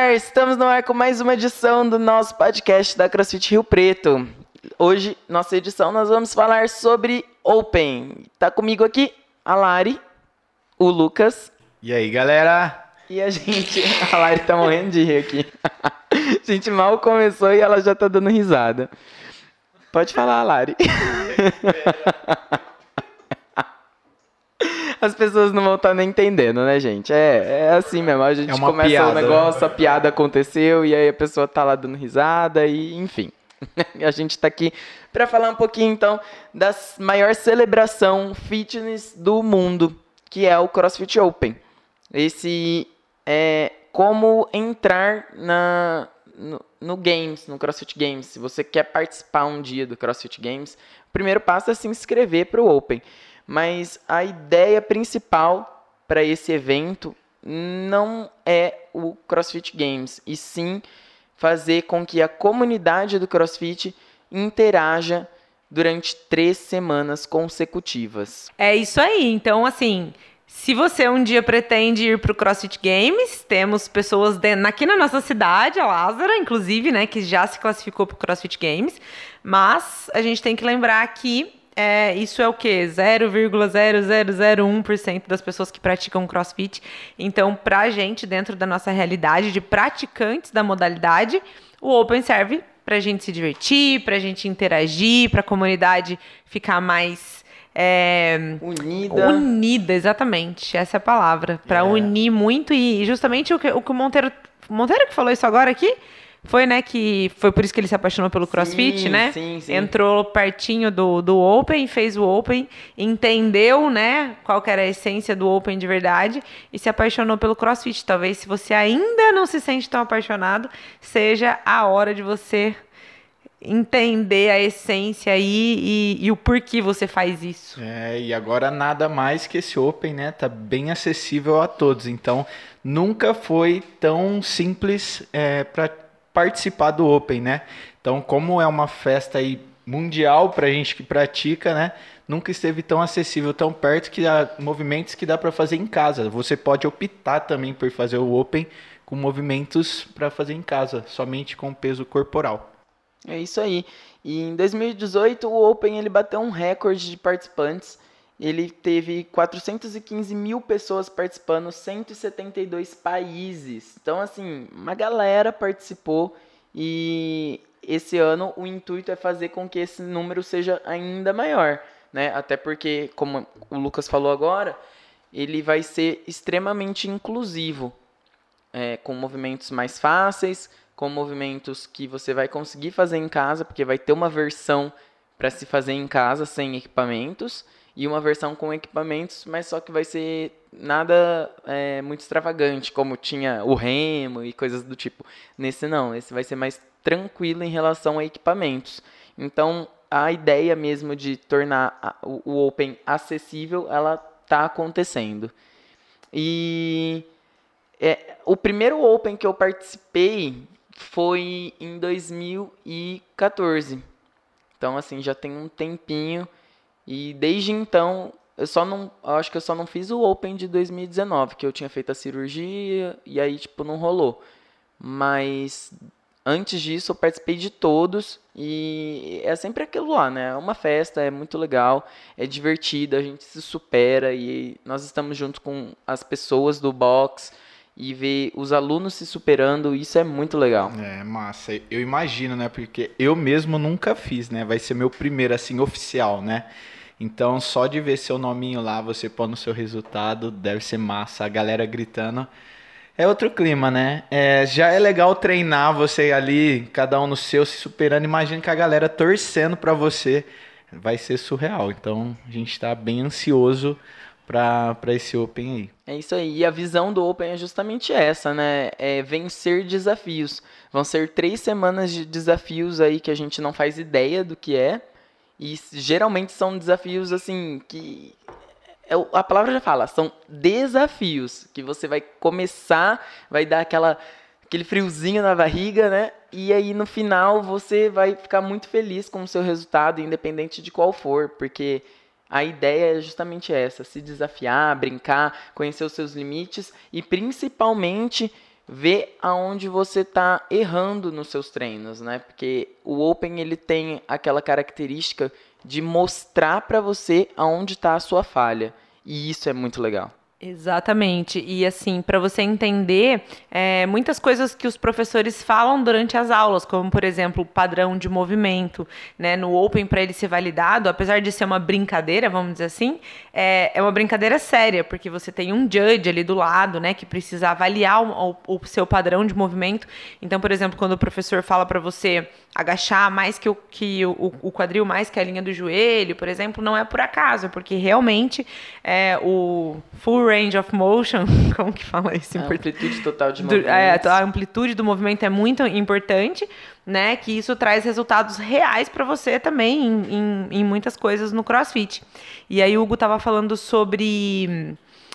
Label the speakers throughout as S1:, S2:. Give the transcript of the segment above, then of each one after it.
S1: ar! Estamos no ar com mais uma edição do nosso podcast da CrossFit Rio Preto. Hoje, nossa edição, nós vamos falar sobre Open. Tá comigo aqui a Lari, o Lucas.
S2: E aí, galera?
S1: E a Lari tá morrendo de rir aqui. A gente mal começou e ela já tá dando risada. Pode falar, Lari. As pessoas não vão estar nem entendendo, né, gente? É assim mesmo, a gente começa piada. O negócio, a piada aconteceu e aí a pessoa tá lá dando risada e enfim. A gente tá aqui para falar um pouquinho, então, da maior celebração fitness do mundo, que é o CrossFit Open. Esse é como entrar no Games, no CrossFit Games. Se você quer participar um dia do CrossFit Games, o primeiro passo é se inscrever para o Open. Mas a ideia principal para esse evento não é o CrossFit Games, e sim fazer com que a comunidade do CrossFit interaja durante 3 semanas consecutivas.
S3: É isso aí. Então, assim, se você um dia pretende ir para o CrossFit Games, temos pessoas aqui na nossa cidade, a Lázara, inclusive, né, que já se classificou para o CrossFit Games, mas a gente tem que lembrar que isso é o quê? 0,0001% das pessoas que praticam CrossFit. Então, pra gente, dentro da nossa realidade de praticantes da modalidade, o Open serve pra gente se divertir, pra gente interagir, pra comunidade ficar mais... Unida, exatamente. Essa é a palavra. Pra unir muito e justamente o que o Monteiro que falou isso agora aqui, foi, né, que foi por isso que ele se apaixonou pelo CrossFit, né?
S1: Sim.
S3: Entrou pertinho do Open, fez o Open, entendeu, né, qual que era a essência do Open de verdade e se apaixonou pelo CrossFit. Talvez, se você ainda não se sente tão apaixonado, seja a hora de você entender a essência aí e o porquê você faz isso.
S2: E agora nada mais que esse Open, né, tá bem acessível a todos. Então, nunca foi tão simples para participar do Open, né? Então, como é uma festa aí mundial pra gente que pratica, né? Nunca esteve tão acessível, tão perto, que há movimentos que dá para fazer em casa. Você pode optar também por fazer o Open com movimentos para fazer em casa, somente com peso corporal.
S1: É isso aí. E em 2018 o Open ele bateu um recorde de participantes. Ele teve 415 mil pessoas participando, 172 países. Então, assim, uma galera participou e esse ano o intuito é fazer com que esse número seja ainda maior, né? Até porque, como o Lucas falou agora, ele vai ser extremamente inclusivo, com movimentos mais fáceis, com movimentos que você vai conseguir fazer em casa, porque vai ter uma versão para se fazer em casa sem equipamentos, e uma versão com equipamentos, mas só que vai ser nada muito extravagante, como tinha o remo e coisas do tipo. Nesse não, esse vai ser mais tranquilo em relação a equipamentos. Então, a ideia mesmo de tornar o Open acessível, ela está acontecendo. E o primeiro Open que eu participei foi em 2014. Então, assim, já tem um tempinho. E desde então, eu acho que eu só não fiz o Open de 2019, que eu tinha feito a cirurgia e aí, tipo, não rolou. Mas antes disso, eu participei de todos e é sempre aquilo lá, né? É uma festa, é muito legal, é divertido, a gente se supera e nós estamos junto com as pessoas do box e ver os alunos se superando, isso é muito legal.
S2: É, massa. Eu imagino, né? Porque eu mesmo nunca fiz, né? Vai ser meu primeiro, assim, oficial, né? Então, só de ver seu nominho lá, você pôr no seu resultado, deve ser massa. A galera gritando. É outro clima, né? Já é legal treinar você ali, cada um no seu, se superando. Imagina que a galera torcendo pra você. Vai ser surreal. Então, a gente tá bem ansioso para esse Open aí.
S1: É isso aí. E a visão do Open é justamente essa, né? É vencer desafios. Vão ser 3 semanas de desafios aí que a gente não faz ideia do que é. E geralmente são desafios, assim, que... a palavra já fala, são desafios. Que você vai começar, vai dar aquele friozinho na barriga, né? E aí, no final, você vai ficar muito feliz com o seu resultado, independente de qual for. Porque a ideia é justamente essa, se desafiar, brincar, conhecer os seus limites e, principalmente, ver aonde você está errando nos seus treinos, né? Porque o Open ele tem aquela característica de mostrar para você aonde está a sua falha. E isso é muito legal.
S3: Exatamente. E assim, para você entender muitas coisas que os professores falam durante as aulas, como por exemplo, o padrão de movimento, né? No Open, para ele ser validado, apesar de ser uma brincadeira, vamos dizer assim, é uma brincadeira séria, porque você tem um judge ali do lado, né? Que precisa avaliar o seu padrão de movimento. Então, por exemplo, quando o professor fala para você agachar mais que o quadril, mais que a linha do joelho, por exemplo, não é por acaso, porque realmente o full range of motion, como que fala isso?
S1: A amplitude total de movimento.
S3: A amplitude do movimento é muito importante, né? Que isso traz resultados reais para você também em muitas coisas no CrossFit. E aí o Hugo estava falando sobre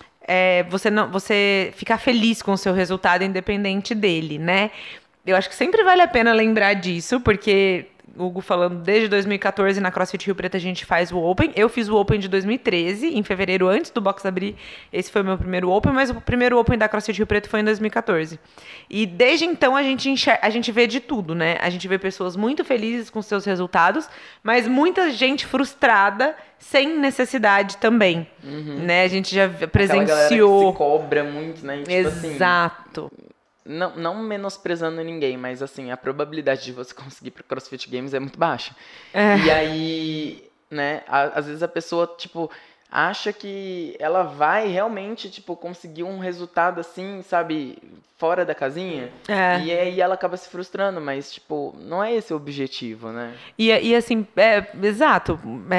S3: você ficar feliz com o seu resultado independente dele, né? Eu acho que sempre vale a pena lembrar disso, porque o Hugo falando, desde 2014 na CrossFit Rio Preto a gente faz o Open. Eu fiz o Open de 2013, em fevereiro, antes do box abrir. Esse foi o meu primeiro Open, mas o primeiro Open da CrossFit Rio Preto foi em 2014. E desde então a gente vê de tudo, né? A gente vê pessoas muito felizes com seus resultados, mas muita gente frustrada sem necessidade também, né? A gente já presenciou...
S1: Aquela galera que se cobra muito, né? E, tipo,
S3: exato.
S1: Assim, não menosprezando ninguém, mas assim, a probabilidade de você conseguir pro CrossFit Games é muito baixa. E aí, né, às vezes a pessoa, tipo, acha que ela vai realmente, tipo, conseguir um resultado assim, sabe, fora da casinha. E aí ela acaba se frustrando, mas, tipo, não é esse o objetivo, né?
S3: E assim, exato,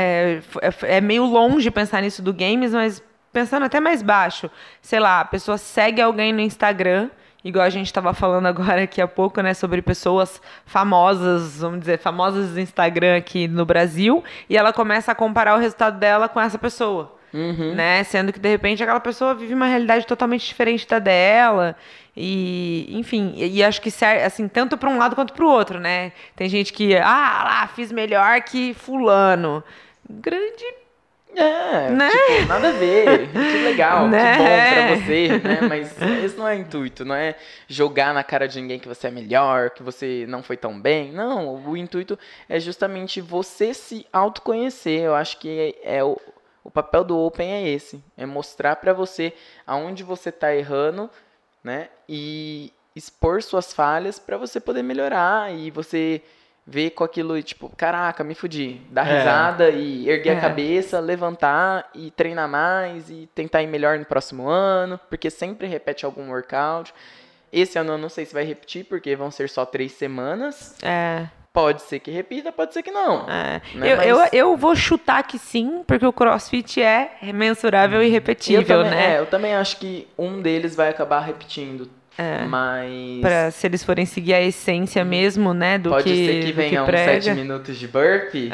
S3: é meio longe pensar nisso do games, mas pensando até mais baixo, sei lá, a pessoa segue alguém no Instagram, igual a gente estava falando agora aqui há pouco, né, sobre pessoas famosas, vamos dizer, famosas do Instagram aqui no Brasil, e ela começa a comparar o resultado dela com essa pessoa, né, sendo que de repente aquela pessoa vive uma realidade totalmente diferente da dela, e enfim, e acho que serve, assim, tanto para um lado quanto para o outro, né, tem gente que, lá, fiz melhor que fulano, grande...
S1: né? Tipo, nada a ver. Que legal, né? Que bom pra você, né? Mas esse não é o intuito, não é jogar na cara de ninguém que você é melhor, que você não foi tão bem. Não, o intuito é justamente você se autoconhecer. Eu acho que o papel do Open é esse, é mostrar pra você aonde você tá errando, né? E expor suas falhas pra você poder melhorar e você ver com aquilo, tipo, caraca, me fudi. Dar risada e erguer a cabeça, levantar e treinar mais e tentar ir melhor no próximo ano, porque sempre repete algum workout. Esse ano eu não sei se vai repetir, porque vão ser só 3 semanas. Pode ser que repita, pode ser que não. Né?
S3: Eu vou chutar que sim, porque o CrossFit é mensurável e repetível, né?
S1: Eu também acho que um deles vai acabar repetindo. Mas...
S3: se eles forem seguir a essência mesmo, né, do
S1: pode
S3: que
S1: ser que venha uns 7 minutos de burpee.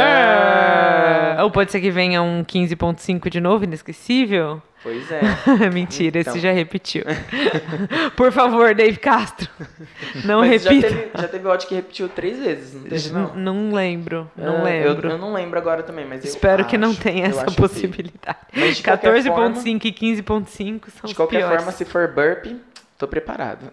S3: Ou pode ser que venha um 15.5 de novo, inesquecível.
S1: Pois é.
S3: Mentira, esse já repetiu. Por favor, Dave Castro, não repita.
S1: Já teve odd que repetiu 3 vezes, não teve, não?
S3: Não lembro, não lembro.
S1: Eu não lembro agora também, mas
S3: espero que não tenha essa possibilidade. 14.5 e 15.5 são os piores.
S1: De qualquer forma, se for burpee, tô preparado.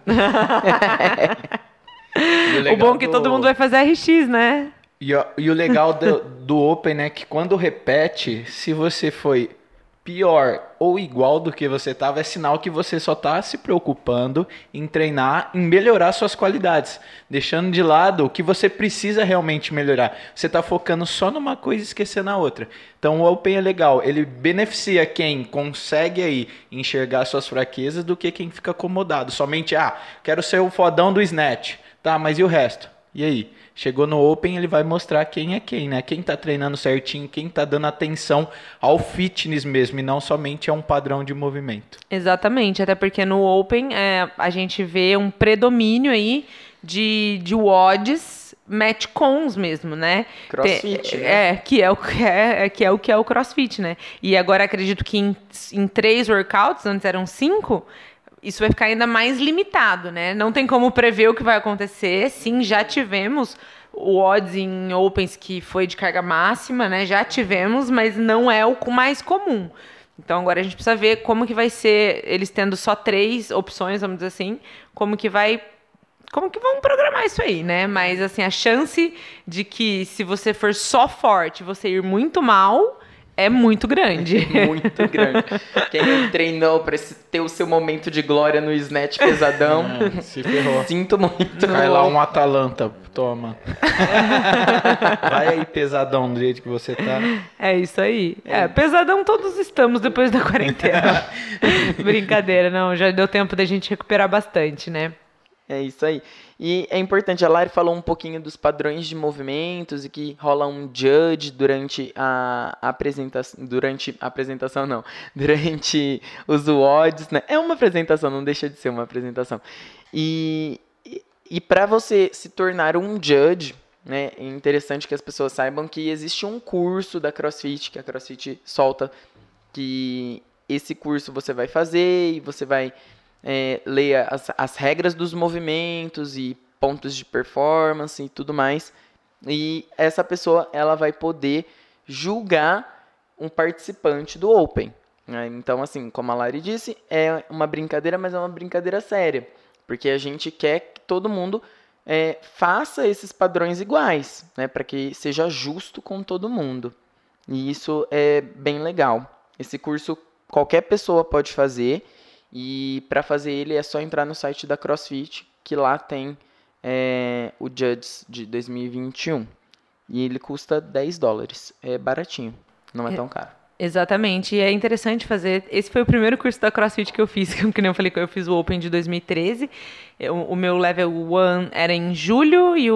S3: O bom é que todo mundo vai fazer RX, né?
S2: E o legal do Open, né, que quando repete, se você foi pior ou igual do que você estava, é sinal que você só está se preocupando em treinar, em melhorar suas qualidades, deixando de lado o que você precisa realmente melhorar. Você está focando só numa coisa e esquecendo a outra. Então o Open é legal, ele beneficia quem consegue aí enxergar suas fraquezas do que quem fica acomodado. Somente, quero ser o fodão do snatch, tá, mas e o resto? E aí? Chegou no Open, ele vai mostrar quem é quem, né? Quem tá treinando certinho, quem tá dando atenção ao fitness mesmo, e não somente a um padrão de movimento.
S3: Exatamente, até porque no Open a gente vê um predomínio aí de WODs match cons mesmo, né?
S1: CrossFit, né?
S3: Que é o que é o CrossFit, né? E agora acredito que em 3 workouts, antes eram 5... isso vai ficar ainda mais limitado, né? Não tem como prever o que vai acontecer. Sim, já tivemos o odds em Opens que foi de carga máxima, né? Já tivemos, mas não é o mais comum. Então agora a gente precisa ver como que vai ser, eles tendo só 3 opções, vamos dizer assim, como que vão programar isso aí, né? Mas assim, a chance de que se você for só forte, você ir muito mal é muito grande.
S1: Muito grande. Quem treinou pra ter o seu momento de glória no snatch pesadão,
S2: Se ferrou.
S1: sinto muito.
S2: Cai lá um Atalanta, toma. Vai aí pesadão do jeito que você tá.
S3: É isso aí. Pesadão todos estamos depois da quarentena. Brincadeira, não, já deu tempo da gente recuperar bastante, né?
S1: É isso aí. E é importante, a Lari falou um pouquinho dos padrões de movimentos e que rola um judge durante a apresentação, durante os WODs, né? É uma apresentação, não deixa de ser uma apresentação. E para você se tornar um judge, né, é interessante que as pessoas saibam que existe um curso da CrossFit, que a CrossFit solta, que esse curso você vai fazer e você vai ler as regras dos movimentos e pontos de performance e tudo mais. E essa pessoa ela vai poder julgar um participante do Open. Né? Então, assim, como a Lari disse, é uma brincadeira, mas é uma brincadeira séria. Porque a gente quer que todo mundo faça esses padrões iguais, né? Para que seja justo com todo mundo. E isso é bem legal. Esse curso qualquer pessoa pode fazer. E para fazer ele é só entrar no site da CrossFit, que lá tem o Judges de 2021. E ele custa $10. É baratinho, não é tão caro.
S3: Exatamente, e é interessante fazer. Esse foi o primeiro curso da CrossFit que eu fiz, que nem eu falei que eu fiz o Open de 2013. O meu Level 1 era em julho e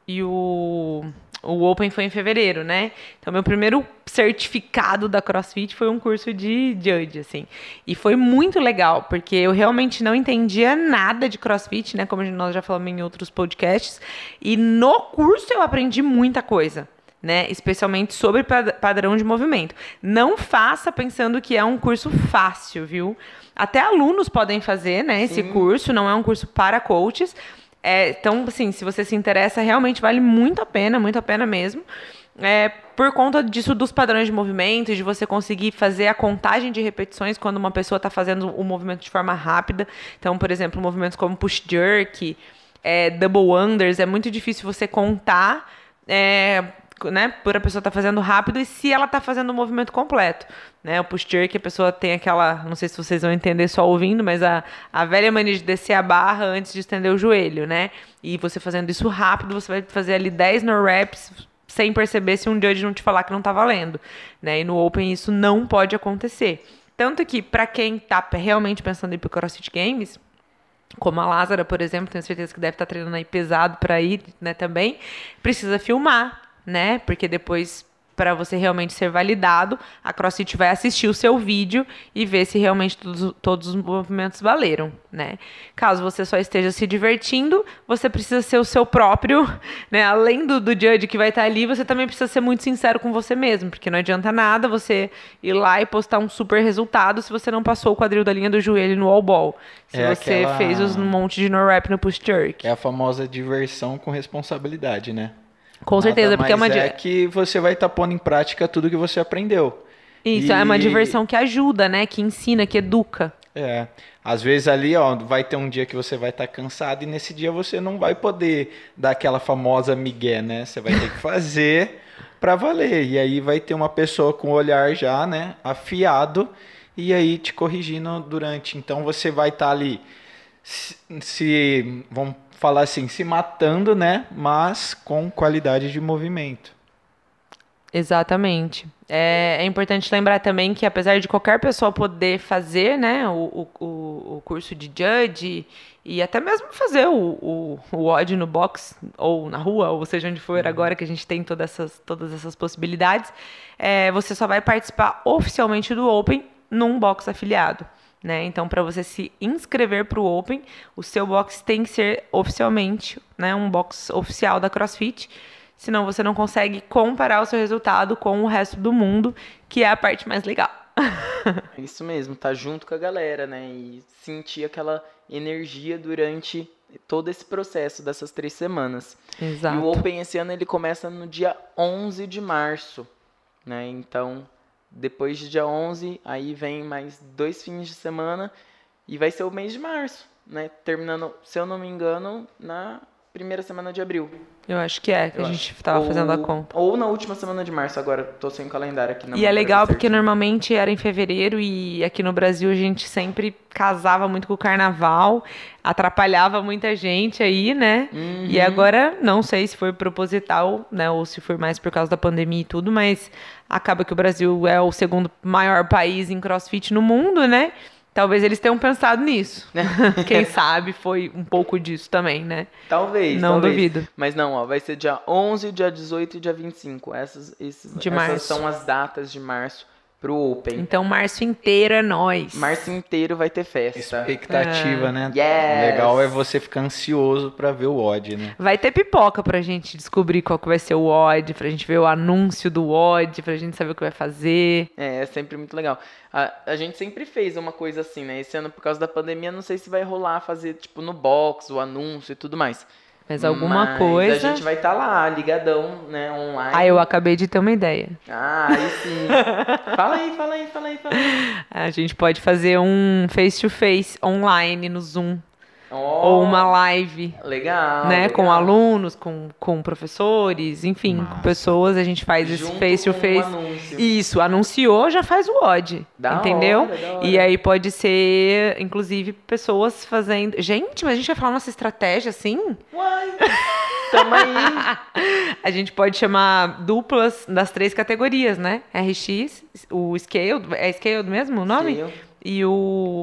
S3: o Open foi em fevereiro, né? Então, meu primeiro certificado da CrossFit foi um curso de Judge, assim. E foi muito legal, porque eu realmente não entendia nada de CrossFit, né? Como nós já falamos em outros podcasts. E no curso eu aprendi muita coisa, né? Especialmente sobre padrão de movimento. Não faça pensando que é um curso fácil, viu? Até alunos podem fazer, né? Esse curso, não é um curso para coaches. Então, assim, se você se interessa, realmente vale muito a pena mesmo. Por conta disso, dos padrões de movimento, de você conseguir fazer a contagem de repetições quando uma pessoa está fazendo o movimento de forma rápida. Então, por exemplo, movimentos como push jerk, double unders, é muito difícil você contar, né, por a pessoa estar fazendo rápido e se ela está fazendo o movimento completo. Né? O push jerk, a pessoa tem aquela, não sei se vocês vão entender só ouvindo, mas a velha mania de descer a barra antes de estender o joelho, né? E você fazendo isso rápido, você vai fazer ali 10 no reps sem perceber se um judge não te falar que não tá valendo. Né? E no Open isso não pode acontecer. Tanto que, para quem está realmente pensando em ir pro CrossFit Games, como a Lázara, por exemplo, tenho certeza que deve estar treinando aí pesado para ir, né, também, precisa filmar, né? Porque depois, para você realmente ser validado, a CrossFit vai assistir o seu vídeo e ver se realmente todos os movimentos valeram, né? Caso você só esteja se divertindo, você precisa ser o seu próprio, né? Além do judge que vai estar ali, você também precisa ser muito sincero com você mesmo, porque não adianta nada você ir lá e postar um super resultado se você não passou o quadril da linha do joelho no wall ball. Se você fez um monte de no rep no push jerk.
S2: É a famosa diversão com responsabilidade, né?
S3: Com certeza, porque
S2: é que você vai estar pondo em prática tudo que você aprendeu.
S3: Isso, é uma diversão que ajuda, né? Que ensina, que educa.
S2: Às vezes ali, vai ter um dia que você vai estar cansado e nesse dia você não vai poder dar aquela famosa migué, né? Você vai ter que fazer para valer. E aí vai ter uma pessoa com o olhar já, né, afiado e aí te corrigindo durante. Então você vai estar ali vamos falar assim, se matando, né? Mas com qualidade de movimento.
S3: Exatamente. É importante lembrar também que apesar de qualquer pessoa poder fazer, né, o curso de judge e até mesmo fazer o WOD no box ou na rua, ou seja onde for agora que a gente tem todas essas possibilidades, você só vai participar oficialmente do Open num box afiliado. Né? Então, para você se inscrever para o Open, o seu box tem que ser oficialmente, né, um box oficial da CrossFit, senão você não consegue comparar o seu resultado com o resto do mundo, que é a parte mais legal.
S1: É isso mesmo, tá junto com a galera, né, e sentir aquela energia durante todo esse processo dessas 3 semanas.
S3: Exato.
S1: E o Open esse ano ele começa no dia 11 de março, né, então depois de dia 11, aí vem mais 2 fins de semana e vai ser o mês de março, né? Terminando, se eu não me engano, na primeira semana de abril.
S3: Eu acho que a gente tava fazendo a conta.
S1: Ou na última semana de março, agora tô sem o calendário aqui na mão.
S3: E é legal porque
S1: certinho.
S3: normalmente era em fevereiro e aqui no Brasil a gente sempre casava muito com o carnaval, atrapalhava muita gente aí, né? E agora, não sei se foi proposital, né? Ou se foi mais por causa da pandemia e tudo, mas acaba que o Brasil é o segundo maior país em CrossFit no mundo, né? Talvez eles tenham pensado nisso. Quem sabe foi um pouco disso também, né?
S1: Talvez,
S3: Não
S1: talvez.
S3: duvido.
S1: Mas não, ó, vai ser dia 11, dia 18 e dia 25. Essas
S3: março.
S1: são as datas de março pro Open.
S3: Então, março inteiro é nós.
S1: Março inteiro vai ter festa.
S2: Expectativa, né?
S1: Yes.
S2: Legal é você ficar ansioso pra ver o odd, né?
S3: Vai ter pipoca pra gente descobrir qual que vai ser o odd, pra gente ver o anúncio do odd, pra gente saber o que vai fazer.
S1: É sempre muito legal. A gente sempre fez uma coisa assim, né? Esse ano, por causa da pandemia, não sei se vai rolar fazer, tipo, no box, o anúncio e tudo mais.
S3: Mas alguma coisa...
S1: a gente vai estar lá, ligadão, né, online.
S3: Ah, eu acabei de ter uma ideia.
S1: Ah, aí sim. Fala aí.
S3: A gente pode fazer um face-to-face online no Zoom.
S1: Oh,
S3: Ou uma live,
S1: legal.
S3: né?
S1: Legal.
S3: Com alunos, com professores, enfim, com pessoas. A gente faz esse
S1: Junto
S3: face-to-face.
S1: com um anúncio.
S3: Isso, anunciou, já faz o odd.
S1: Da
S3: Entendeu?
S1: hora, da hora.
S3: E aí pode ser, inclusive, pessoas fazendo... Gente, mas a gente vai falar nossa estratégia assim?
S1: Uai, tamo aí.
S3: A gente pode chamar duplas das 3 categorias, né? RX, o Scaled, é Scaled mesmo o nome?
S1: Scaled.
S3: E o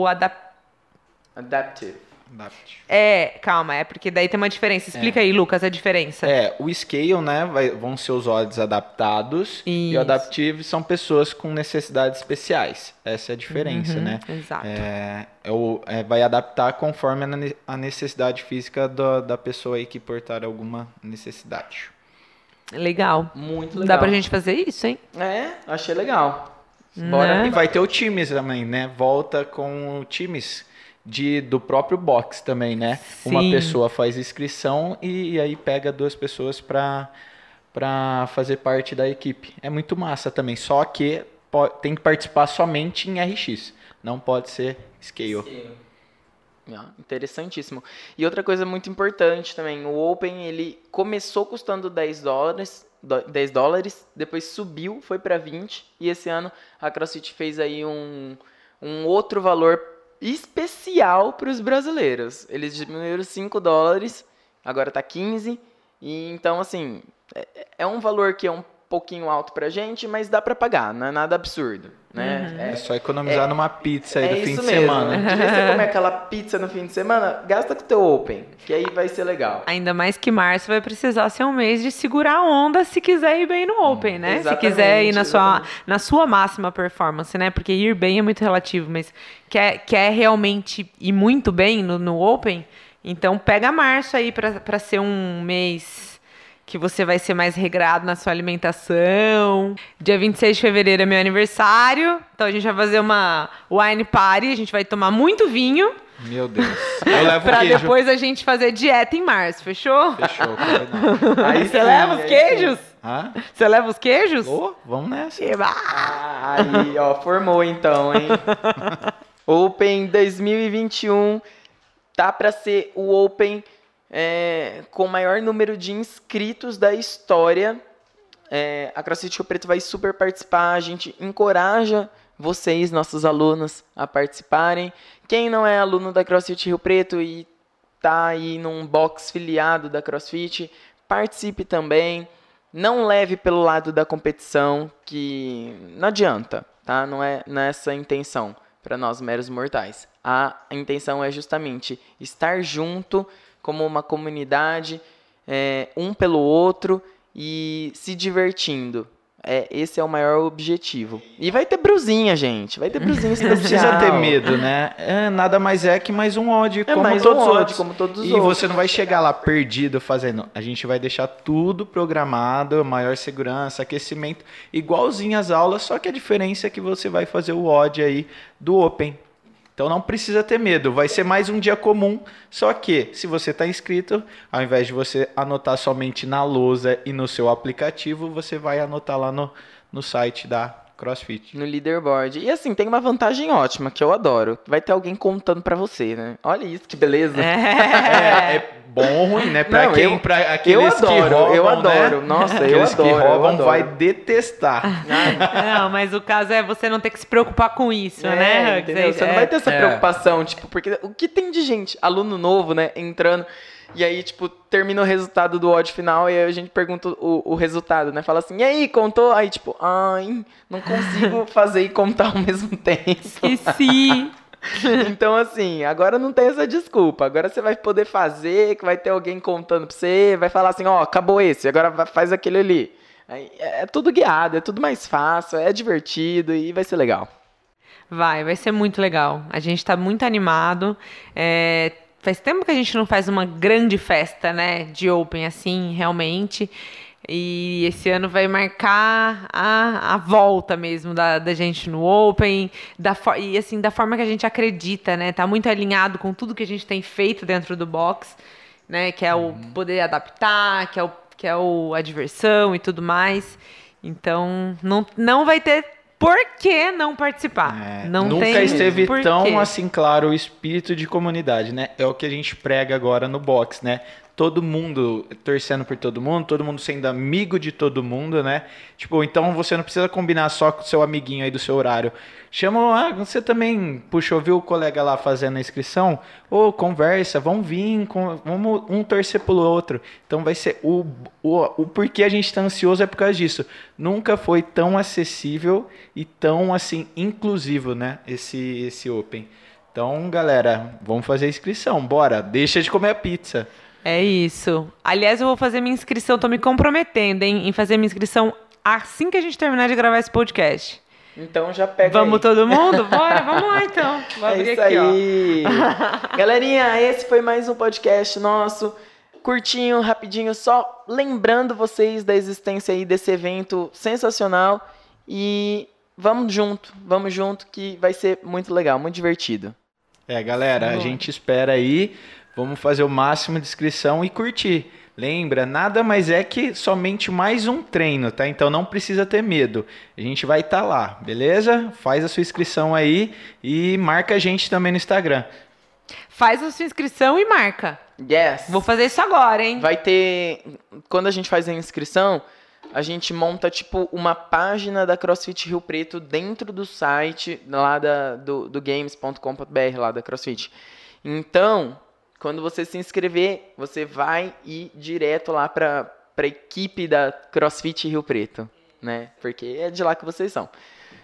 S1: Adaptive.
S3: Calma, é porque daí tem uma diferença. Explica aí, Lucas, a diferença.
S2: O scale, né, vão ser os odds adaptados e
S3: Isso.
S2: o adaptive são pessoas com necessidades especiais. Essa é a diferença, né?
S3: Exato.
S2: Vai adaptar conforme a necessidade física da pessoa aí que portar alguma necessidade.
S3: Legal.
S1: Muito legal.
S3: Dá pra gente fazer isso, hein?
S1: Achei legal. Bora.
S3: Né?
S2: E vai ter o times também, né? Volta com times do próprio box também, né?
S3: Sim.
S2: Uma pessoa faz inscrição e aí pega 2 pessoas para fazer parte da equipe. É muito massa também, só que tem que participar somente em RX, não pode ser scale.
S1: Interessantíssimo. E outra coisa muito importante também, o Open ele começou custando $10, depois subiu, foi para 20, e esse ano a CrossFit fez aí um outro valor especial para os brasileiros. Eles diminuíram $5, agora tá 15, e então assim, é um valor que é um pouquinho alto pra gente, mas dá pra pagar, não é nada absurdo, né?
S2: É só economizar numa pizza aí do fim
S1: isso
S2: de
S1: mesmo.
S2: semana.
S1: De vez você comer aquela pizza no fim de semana, gasta com o teu Open, que aí vai ser legal.
S3: Ainda mais que março vai precisar ser um mês de segurar a onda se quiser ir bem no Open, né? Se quiser ir na sua máxima performance, né? Porque ir bem é muito relativo, mas quer realmente ir muito bem no Open, então pega março aí pra ser um mês que você vai ser mais regrado na sua alimentação. Dia 26 de fevereiro é meu aniversário, então a gente vai fazer uma wine party, a gente vai tomar muito vinho.
S2: Meu Deus. Eu levo
S3: Pra
S2: queijo.
S3: depois a gente fazer dieta em março, fechou?
S2: Fechou, combinado.
S1: Aí
S3: Você leva os queijos?
S2: Hã?
S3: Você leva os queijos?
S2: Vamos nessa.
S1: Aí, ó, formou então, hein? Open 2021 tá pra ser o Open com o maior número de inscritos da história. A CrossFit Rio Preto vai super participar, a gente encoraja vocês, nossos alunos, a participarem. Quem não é aluno da CrossFit Rio Preto e tá aí num box filiado da CrossFit, participe também. Não leve pelo lado da competição, que não adianta, tá? Não é nessa a intenção para nós meros mortais. A intenção é justamente estar junto como uma comunidade, um pelo outro e se divertindo. Esse é o maior objetivo. E vai ter brusinha, gente. Vai ter brusinha especial.
S2: Não precisa ter medo, né? Nada mais é que mais um odd, como
S1: mais
S2: todos
S1: um
S2: os
S1: odd,
S2: outros.
S1: como todos os
S2: e
S1: outros.
S2: você não vai chegar lá perdido fazendo. A gente vai deixar tudo programado, maior segurança, aquecimento, igualzinho às aulas, só que a diferença é que você vai fazer o odd aí do Open. Então não precisa ter medo, vai ser mais um dia comum, só que se você está inscrito, ao invés de você anotar somente na lousa e no seu aplicativo, você vai anotar lá no site da CrossFit.
S1: No leaderboard. E assim, tem uma vantagem ótima, que eu adoro. Vai ter alguém contando pra você, né? Olha isso, que beleza.
S2: É bom ou ruim, né? Pra aqueles que roubam,
S1: eu adoro.
S2: Né?
S1: Nossa,
S2: aqueles
S1: eu adoro.
S2: que roubam
S1: eu adoro.
S2: vai detestar.
S3: Não, mas o caso é você não ter que se preocupar com isso, né, Hugs?
S1: Entendeu? Você não vai ter essa preocupação, tipo, porque o que tem de gente, aluno novo, né, entrando, e aí, tipo, termina o resultado do odd final, e aí a gente pergunta o resultado, né, fala assim, e aí, contou? Aí, tipo, ai, não consigo fazer e contar ao mesmo tempo.
S3: Esqueci.
S1: Então, assim, agora não tem essa desculpa. Agora você vai poder fazer, que vai ter alguém contando pra você, vai falar assim, ó, acabou esse, agora faz aquele ali. Aí, é tudo guiado, é tudo mais fácil, é divertido e vai ser legal.
S3: Vai ser muito legal. A gente tá muito animado. Faz tempo que a gente não faz uma grande festa, né, de Open assim, realmente. E esse ano vai marcar a volta mesmo da gente no Open, e assim, da forma que a gente acredita, né? Tá muito alinhado com tudo que a gente tem feito dentro do box, né? Que é o poder adaptar, que é a diversão e tudo mais. Então, não vai ter por que não participar.
S2: Nunca esteve tão assim claro o espírito de comunidade, né? É o que a gente prega agora no box, né? Todo mundo torcendo por todo mundo sendo amigo de todo mundo, né? Tipo, então você não precisa combinar só com o seu amiguinho aí do seu horário. Chama, você também puxou, viu o colega lá fazendo a inscrição? Conversa, vamos vir, vamos um torcer pelo outro. Então vai ser, o porquê a gente tá ansioso é por causa disso. Nunca foi tão acessível e tão, assim, inclusivo, né? Esse Open. Então, galera, vamos fazer a inscrição, bora. Deixa de comer a pizza.
S3: É isso. Aliás, eu vou fazer minha inscrição, tô me comprometendo, em fazer minha inscrição assim que a gente terminar de gravar esse podcast.
S1: Então já pega
S3: Vamos
S1: aí.
S3: Todo mundo? Bora, vamos lá então. Vou abrir
S1: isso
S3: aqui,
S1: aí. Galerinha, esse foi mais um podcast nosso. Curtinho, rapidinho, só lembrando vocês da existência aí desse evento sensacional. E vamos junto, que vai ser muito legal, muito divertido.
S2: Galera, a gente espera aí. Vamos fazer o máximo de inscrição e curtir. Lembra, nada mais é que somente mais um treino, tá? Então não precisa ter medo. A gente vai estar lá, beleza? Faz a sua inscrição aí e marca a gente também no Instagram.
S3: Faz a sua inscrição e marca.
S1: Yes.
S3: Vou fazer isso agora, hein?
S1: Vai ter... Quando a gente faz a inscrição, a gente monta, tipo, uma página da CrossFit Rio Preto dentro do site lá do games.com.br, lá da CrossFit. Então... Quando você se inscrever, você vai ir direto lá para a equipe da CrossFit Rio Preto, né? Porque é de lá que vocês são.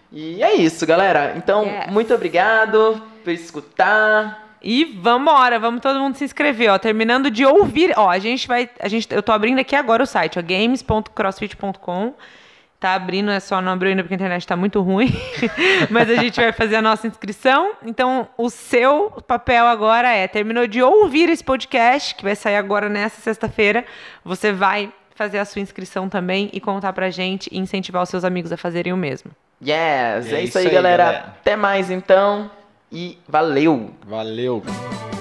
S1: E é isso, galera. Então, muito obrigado por escutar.
S3: E vambora, vamos todo mundo se inscrever, ó. Terminando de ouvir, ó, eu tô abrindo aqui agora o site, ó, games.crossfit.com. Tá abrindo, é só não abriu ainda porque a internet tá muito ruim. Mas a gente vai fazer a nossa inscrição. Então, o seu papel agora terminou de ouvir esse podcast, que vai sair agora nessa sexta-feira. Você vai fazer a sua inscrição também e contar pra gente e incentivar os seus amigos a fazerem o mesmo.
S1: Yes, é isso aí, galera. Até mais, então. E valeu!
S2: Valeu!